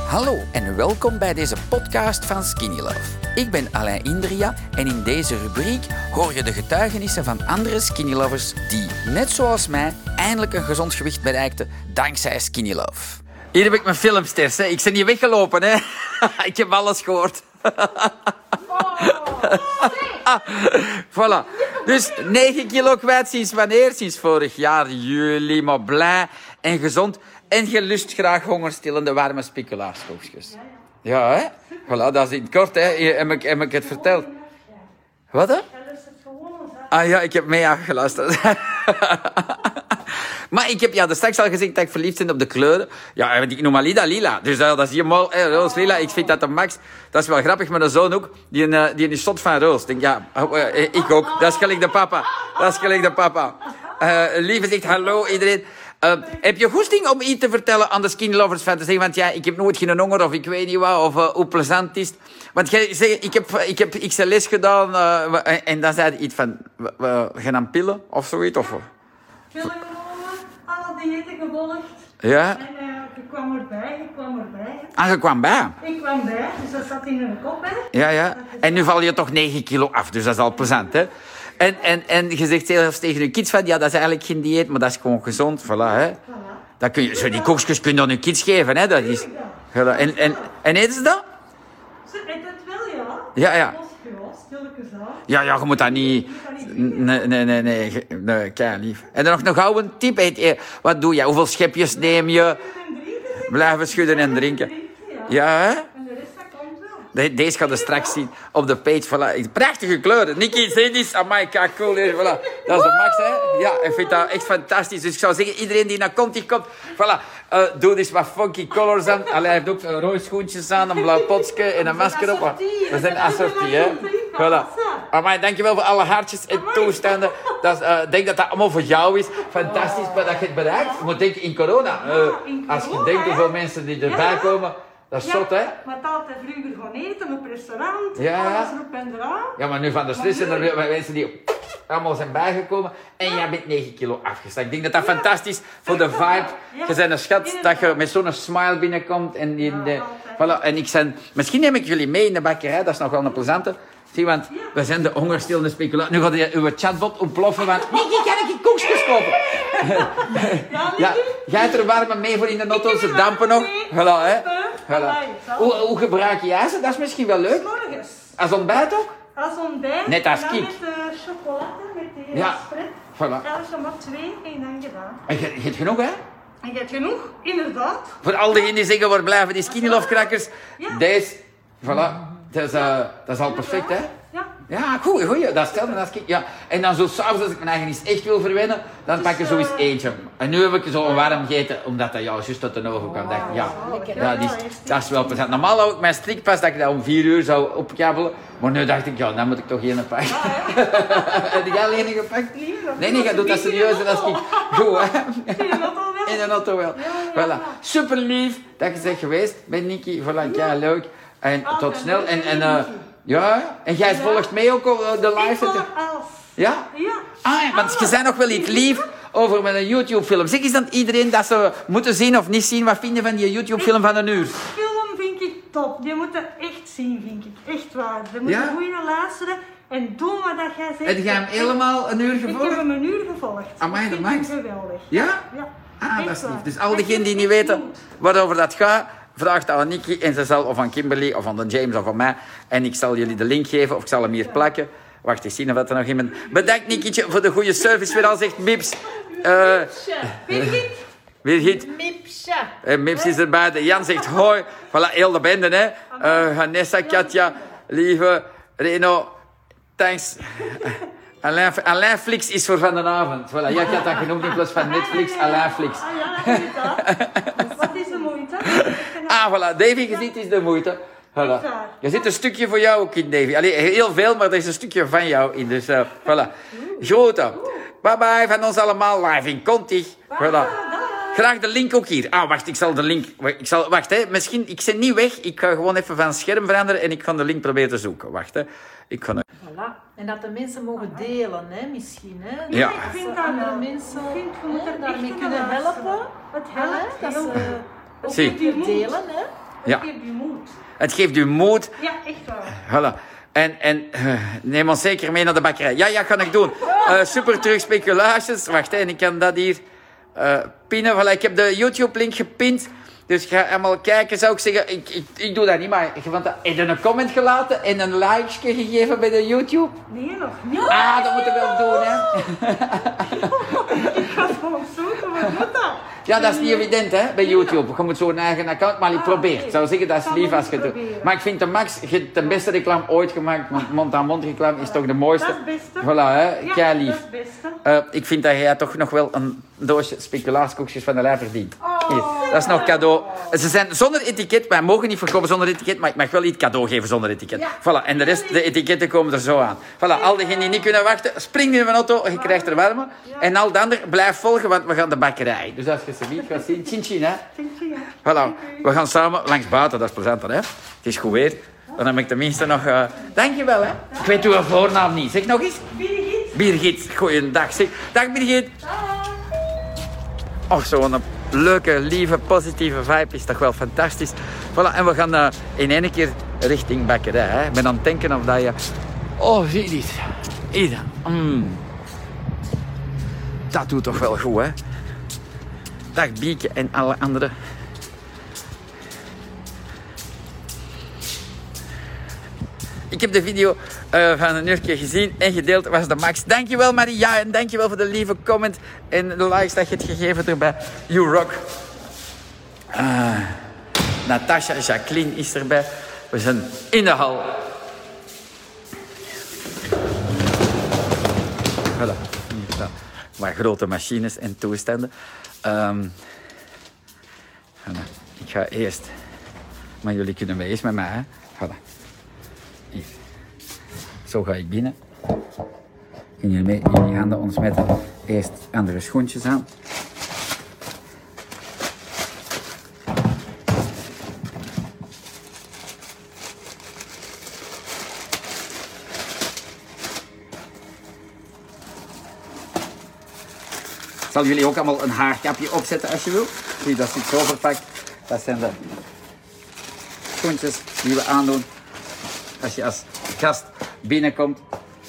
Hallo en welkom bij deze podcast van Skinny Love. Ik ben Alain Indria en in deze rubriek hoor je de getuigenissen van andere Skinny Lovers die, net zoals mij, eindelijk een gezond gewicht bereikten dankzij Skinny Love. Hier heb ik mijn filmsters, hè. Ik ben niet weggelopen, hè. Ik heb alles gehoord. Voilà. Dus 9 kilo kwijt sinds wanneer? Sinds vorig jaar, juli, maar blij en gezond. En je lust graag hongerstillende warme speculaaskoekjes. Ja, hè? Voilà, dat is in het kort, hè. Heb ik het verteld? Wat, hè? Ah ja, ik heb mee geluisterd. Maar ik heb dus straks al gezegd dat ik verliefd ben op de kleuren. Ja, ik noem Alida lila. Dus dat is helemaal roze lila. Ik vind dat de max. Dat is wel grappig. Mijn zoon ook. Die is zot van roze. Ik denk, ik ook. Dat is gelijk de papa. Lieve zegt hallo iedereen. Heb je goesting om iets te vertellen aan de Skinny Lovers van te zeggen? Want ja, ik heb nooit geen honger of ik weet niet wat. Of hoe plezant is het. Want jij zegt, ik heb XLS gedaan. En dan zei je iets van, we gaan aan pillen of zoiets. Of... Pillen genomen, alle diëten gevolgd. Ja. En ik kwam erbij. Ah, je kwam bij? Ik kwam bij, dus dat zat in mijn kop, hè. Ja. En nu val je toch 9 kilo af, dus dat is al plezant, hè? En je zegt zelfs tegen je kids van, ja, dat is eigenlijk geen dieet, maar dat is gewoon gezond, voilà, hè? Voilà. Dat kun je, zo die koekjes kun je aan je kids geven, hè? Dat is... Voilà. En eten ze dat? Ze eten het wel, ja. Ja. Stilletjes aan. Ja, je moet dat niet... Nee, kei lief. En dan nog gauw een tip. Wat doe je? Hoeveel schepjes neem je? Blijven schudden en drinken. Ja, hè? En de rest, dat komt wel. Deze gaat je straks zien op de page. Voilà. Prachtige kleuren. Nikki, zie dit. Amai, kijk, cool. Voilà. Dat is de max, hè? Ja, ik vind dat echt fantastisch. Dus ik zou zeggen, iedereen die naar Conti komt, voilà, doe dus wat funky colors aan. Allee, hij heeft ook rode schoentjes aan, een blauw potje en een masker op. Dat zijn assortie, hè? Voilà. Amai, dankjewel voor alle hartjes en toestanden. Ik denk dat dat allemaal voor jou is. Fantastisch dat je het bereikt. Je moet denken, in corona. Als je denkt hoeveel mensen die erbij komen. Dat is zot, hè? Maar altijd vroeger gaan eten op restaurant. Ja. Alles erop en eraan. Ja, maar nu van de stress zijn er mensen die allemaal zijn bijgekomen. En jij bent 9 kilo afgestakt. Ik denk dat dat fantastisch is voor de vibe. Je bent een schat dat je met zo'n smile binnenkomt. Voilà. En misschien neem ik jullie mee in de bakkerij. Dat is nog wel een plezante. Zie, want we zijn de hongerstillende speculatie. Nu gaat uw chatbot ontploffen van... Nikki, kan ik koekjes kopen? Ja, jij hebt er warme mee voor in de auto. Ze dampen nog. Voilà, hè. Voilà. Hoe gebruik jij ze? Dat is misschien wel leuk. Morgens. Als ontbijt ook? Als ontbijt. Net als en dan kip. met chocolade, met die spread. Voilà. Dat is er maar 2 en dan gedaan. En je hebt genoeg, hè? En je hebt genoeg, inderdaad. Voor al diegenen die zeggen, waar blijven die Skinny Love crackers? Ja. Deze, voilà. Dat is al perfect, hè? Ja, goeie. Dat stelt me dat ik... Ja. En dan zo s'avonds, als ik mijn eigen eens echt wil verwennen, dan pak ik zo eens eentje. En nu heb ik zo een warm gegeten, omdat dat juist tot de oven kwam. Dat is wel plezant. Normaal hou ik mijn strikpas dat ik dat om 4 uur zou opkabbelen. Maar nu dacht ik, dan moet ik toch één pakken. Heb jij alleen een gepakt? Nee, jij doet dat serieuzer als ik. Goed, hè? In de auto wel. Voilà. Super lief dat je bent geweest met Nikki. Voilà, ja, leuk. En tot snel. En jij volgt mee ook op de live? Ik volg alles. Ja? Ja. Ah, want je zei nog wel iets lief over met een YouTube-film. Zeg eens aan iedereen dat ze moeten zien of niet zien. Wat vind je van die YouTube-film van een uur? Die film vind ik top. Die moeten echt zien, vind ik. Echt waar. Ze moeten goed naar luisteren en doen wat dat jij zegt. Heb jij hem helemaal een uur gevolgd? Ik heb hem een uur gevolgd. Amai, dat vind ik maakt. geweldig. Ja? Ja. Ah, dat is waar. lief. Dus al diegenen die niet weten waarover dat gaat, vraag dat aan Nikki en ze zal, of aan Kimberly, of aan de James, of aan mij. En ik zal jullie de link geven, of ik zal hem hier plakken. Wacht eens, zien of er nog iemand... Bedankt, Nikkietje, voor de goede service. Weer al zegt Mips. Birgit. Mipsja. Mips is erbij. Jan zegt hoi. Voilà, heel de bende, hè. Vanessa, Katja, lieve, Reno, thanks. Alain Flix is voor vanavond. Voilà, jij had dat genoemd in plaats van Netflix, Alain Flix. Ah ja, inderdaad. Wat is de moeite? Voilà, Davy, je ziet, is de moeite. Voilà. Er zit een stukje voor jou ook in, Davy. Allee, heel veel, maar er is een stukje van jou in. Dus, voilà. Grote. Bye bye van ons allemaal, live in Conti. Voilà. Graag de link ook hier. Ah, wacht, ik zal de link... Wacht, hè. Misschien, ik ben niet weg. Ik ga gewoon even van scherm veranderen en ik ga de link proberen te zoeken. Wacht, hè. Ik ga... Voilà. En dat de mensen mogen delen, hè, misschien. Hè? Ja. Ik vind dat andere wel. mensen Ik vind, we moeten daarmee echt kunnen helpen. Het helpt. Dat ze ook Zie. een keer delen. Hè? Het geeft u moed. Het geeft u moed. Ja, echt waar. Voilà. En neem ons zeker mee naar de bakkerij. Ja, kan ik doen. Super terug speculaties. Wacht, ik kan dat hier pinnen. Voilà, ik heb de YouTube-link gepint. Dus ga allemaal kijken, zou ik zeggen. Ik doe dat niet, maar heb je een comment gelaten en een like gegeven bij de YouTube? Nee, nog niet. Ah, dat moeten we wel doen, hè. Ik ga het gewoon zoeken, wat doet dat? Ja, dat is niet evident, hè, bij YouTube. Je moet zo'n eigen account, maar ik probeer. Ik zou zeggen, dat is lief als je het doet. Maar ik vind de Max, je hebt de beste reclame ooit gemaakt. Want mond-aan-mond reclame is toch de mooiste. Dat is het beste. Voilà, hè. Ja, Kei lief. dat is het beste. Ik vind dat jij toch nog wel een doosje speculaaskoekjes van de lijn verdient. Hier, dat is nog cadeau. Ze zijn zonder etiket. Wij mogen niet verkopen zonder etiket, maar ik mag wel iets cadeau geven zonder etiket. Ja. Voilà, en de rest, de etiketten komen er zo aan. Voilà, al diegenen die niet kunnen wachten, spring in mijn auto, je krijgt er warme. En al de anderen, blijf volgen, want we gaan de bakkerij. Dus als je ze niet gaat zien, chin chin, hè. Chin chin, ja. Voilà, we gaan samen langs buiten, dat is plezanter, hè. Het is goed weer. Dan heb ik tenminste nog... Dankjewel, hè. Ik weet uw voornaam niet. Zeg nog eens. Birgit. Birgit, goeiedag, zeg. Dag, Birgit. Och, zo'n leuke, lieve, positieve vibe is toch wel fantastisch. Voilà, en we gaan in één keer richting bakkerij. Hè. Ik ben aan het denken of dat je... Oh, zie dit. Hier. Dat doet toch wel goed, hè. Dag, Bieke en alle anderen. Ik heb de video van een uurtje gezien en gedeeld. Was de Max. Dankjewel Maria en dankjewel voor de lieve comment en de likes dat je hebt gegeven erbij. You rock. Natasha, Jacqueline is erbij. We zijn in de hal. Voilà. Hier staan wat grote machines en toestanden. Ik ga eerst... Maar jullie kunnen mee eens met mij, hè. Voilà. Hier. Zo ga ik binnen. En jullie gaan ons met eerst andere schoentjes aan. Ik zal jullie ook allemaal een haarkapje opzetten als je wil. Zie, dat zit zo verpakt. Dat zijn de schoentjes die we aandoen als je als gast binnenkomt.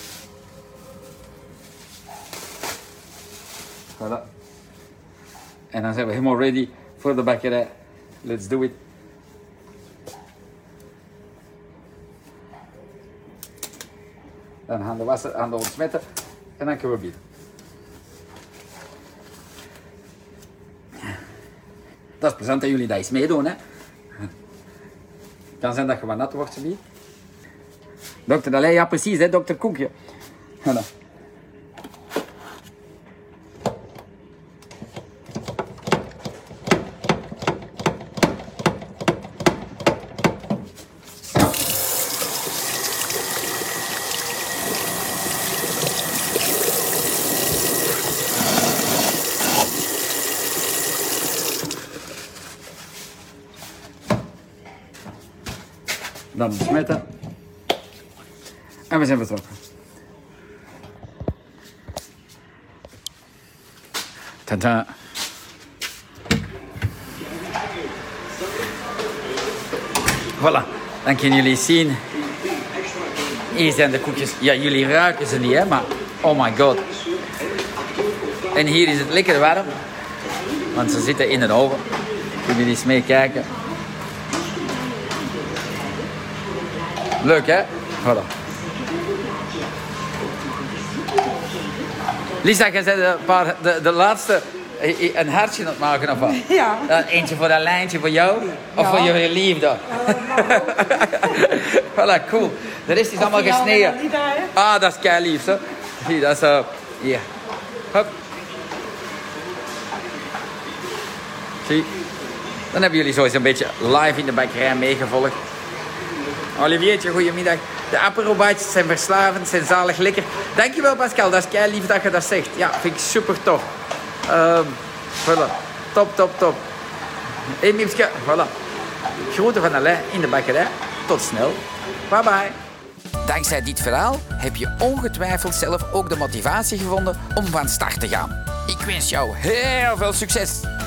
Voilà. En dan zijn we helemaal ready voor de bakkerij. Let's do it. Dan handen wassen, handen ontsmetten en dan kunnen we binnen. Dat is plezant dat jullie dat eens meedoen, hè. Het kan zijn dat je wat nat wordt, zoiets. Dokter Dalij, ja precies, hè, dokter Koekje. Voilà. Dan besmetten. En we zijn vertrokken. Tada. Voilà, dan kunnen jullie zien. Hier zijn de koekjes. Ja, jullie ruiken ze niet, hè, maar oh my god. En hier is het lekker warm, want ze zitten in de oven. Kunnen jullie eens meekijken. Leuk, hè? Voilà. Lisa, jij bent de laatste een hartje aan het maken, of wat? Ja. Eentje voor dat lijntje voor jou? Of voor je liefde? Voilà, cool. De rest is allemaal gesneden. Ah, dat is kei lief, hè? Zie, dat is... hier. Hop. Zie. Dan hebben jullie zo eens een beetje live in de bakkerij meegevolgd. Oliviertje, goedemiddag. De aperobaatjes zijn verslavend, zijn zalig lekker. Dankjewel Pascal, dat is kei lief dat je dat zegt. Ja, vind ik super tof. Voilà. Top, top, top. Hé Miepske, voilà. Groeten van Alain in de bakkerij. Tot snel. Bye bye. Dankzij dit verhaal heb je ongetwijfeld zelf ook de motivatie gevonden om van start te gaan. Ik wens jou heel veel succes.